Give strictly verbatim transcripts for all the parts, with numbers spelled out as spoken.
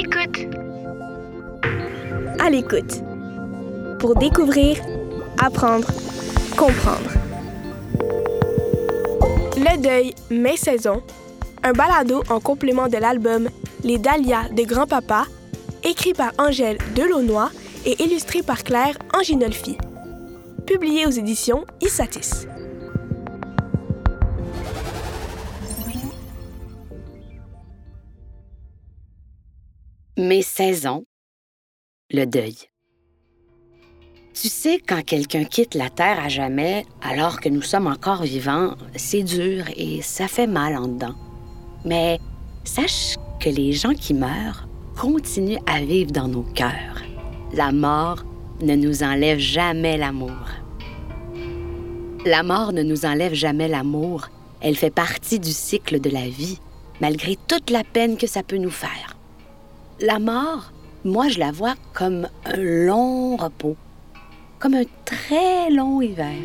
l'écoute. À l'écoute. Pour découvrir, apprendre, comprendre. Le deuil, mes saisons. Un balado en complément de l'album Les Dahlias de Grand-Papa, écrit par Angèle Delaunoy et illustré par Claire Anginolfi. Publié aux éditions Issatis. Mes saisons, le deuil. Tu sais, quand quelqu'un quitte la Terre à jamais, alors que nous sommes encore vivants, c'est dur et ça fait mal en dedans. Mais sache que les gens qui meurent continuent à vivre dans nos cœurs. La mort ne nous enlève jamais l'amour. La mort ne nous enlève jamais l'amour. Elle fait partie du cycle de la vie, malgré toute la peine que ça peut nous faire. La mort, moi, je la vois comme un long repos, comme un très long hiver.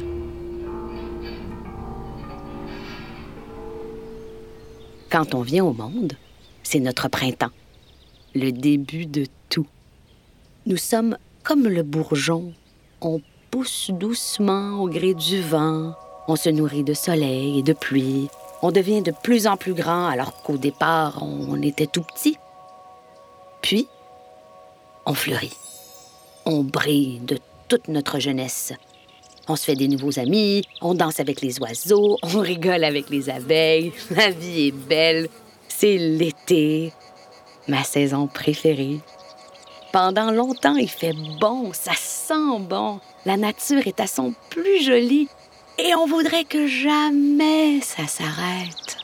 Quand on vient au monde, c'est notre printemps, le début de tout. Nous sommes comme le bourgeon. On pousse doucement au gré du vent. On se nourrit de soleil et de pluie. On devient de plus en plus grand alors qu'au départ, on était tout petit. Puis, on fleurit. On brille de toute notre jeunesse. On se fait des nouveaux amis, on danse avec les oiseaux, on rigole avec les abeilles. La vie est belle. C'est l'été, ma saison préférée. Pendant longtemps, il fait bon, ça sent bon. La nature est à son plus joli et on voudrait que jamais ça s'arrête.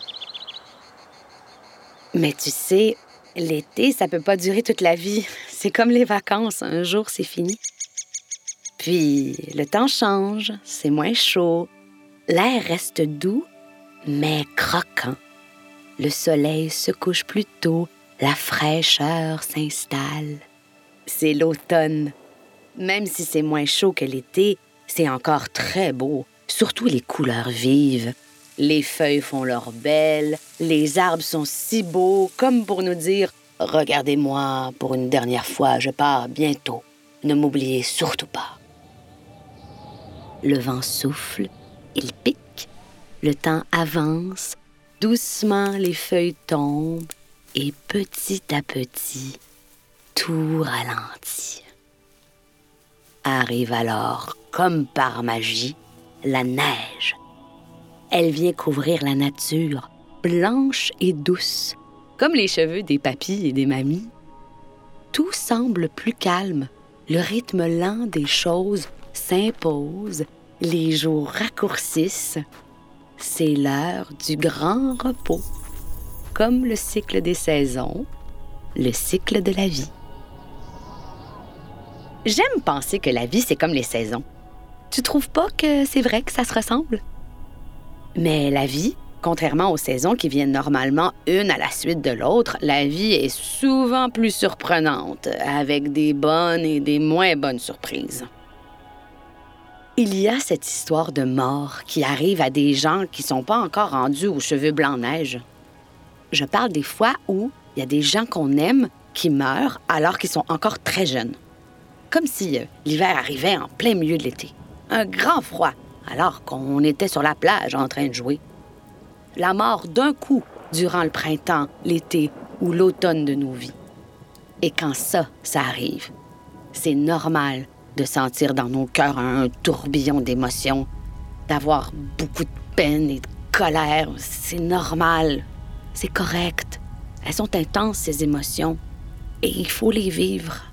Mais tu sais, l'été, ça peut pas durer toute la vie. C'est comme les vacances, un jour, c'est fini. Puis, le temps change, c'est moins chaud. L'air reste doux, mais croquant. Le soleil se couche plus tôt, la fraîcheur s'installe. C'est l'automne. Même si c'est moins chaud que l'été, c'est encore très beau, surtout les couleurs vives. Les feuilles font leur belle, les arbres sont si beaux, comme pour nous dire « Regardez-moi, pour une dernière fois, je pars bientôt. Ne m'oubliez surtout pas. » Le vent souffle, il pique, le temps avance, doucement les feuilles tombent et petit à petit, tout ralentit. Arrive alors, comme par magie, la neige. Elle vient couvrir la nature, blanche et douce, comme les cheveux des papys et des mamies. Tout semble plus calme, le rythme lent des choses s'impose, les jours raccourcissent. C'est l'heure du grand repos, comme le cycle des saisons, le cycle de la vie. J'aime penser que la vie, c'est comme les saisons. Tu trouves pas que c'est vrai que ça se ressemble? Mais la vie, contrairement aux saisons qui viennent normalement une à la suite de l'autre, la vie est souvent plus surprenante, avec des bonnes et des moins bonnes surprises. Il y a cette histoire de mort qui arrive à des gens qui sont pas encore rendus aux cheveux blancs-neige. Je parle des fois où il y a des gens qu'on aime qui meurent alors qu'ils sont encore très jeunes. Comme si euh, l'hiver arrivait en plein milieu de l'été. Un grand froid, alors qu'on était sur la plage en train de jouer. La mort d'un coup durant le printemps, l'été ou l'automne de nos vies. Et quand ça, ça arrive, c'est normal de sentir dans nos cœurs un tourbillon d'émotions, d'avoir beaucoup de peine et de colère. C'est normal, c'est correct. Elles sont intenses, ces émotions, et il faut les vivre.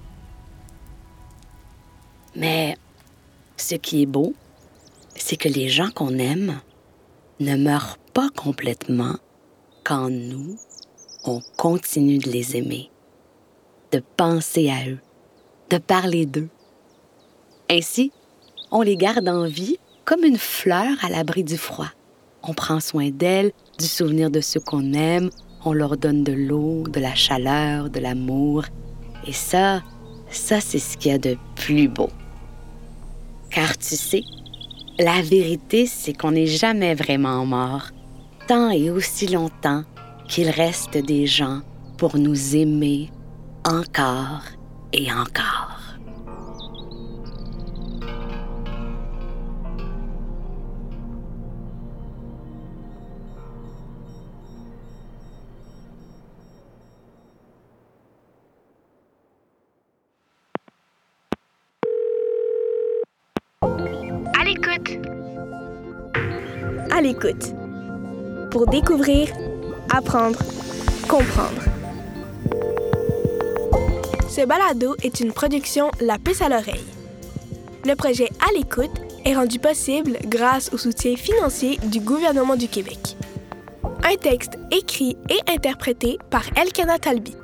Mais ce qui est beau, c'est que les gens qu'on aime ne meurent pas complètement quand nous, on continue de les aimer, de penser à eux, de parler d'eux. Ainsi, on les garde en vie comme une fleur à l'abri du froid. On prend soin d'elles, du souvenir de ceux qu'on aime, on leur donne de l'eau, de la chaleur, de l'amour. Et ça, ça, c'est ce qu'il y a de plus beau. Car tu sais, la vérité, c'est qu'on n'est jamais vraiment mort, tant et aussi longtemps qu'il reste des gens pour nous aimer, encore et encore. À l'écoute. À l'écoute. Pour découvrir, apprendre, comprendre. Ce balado est une production La Puce à l'oreille. Le projet À l'écoute est rendu possible grâce au soutien financier du gouvernement du Québec. Un texte écrit et interprété par Elkana Talbi.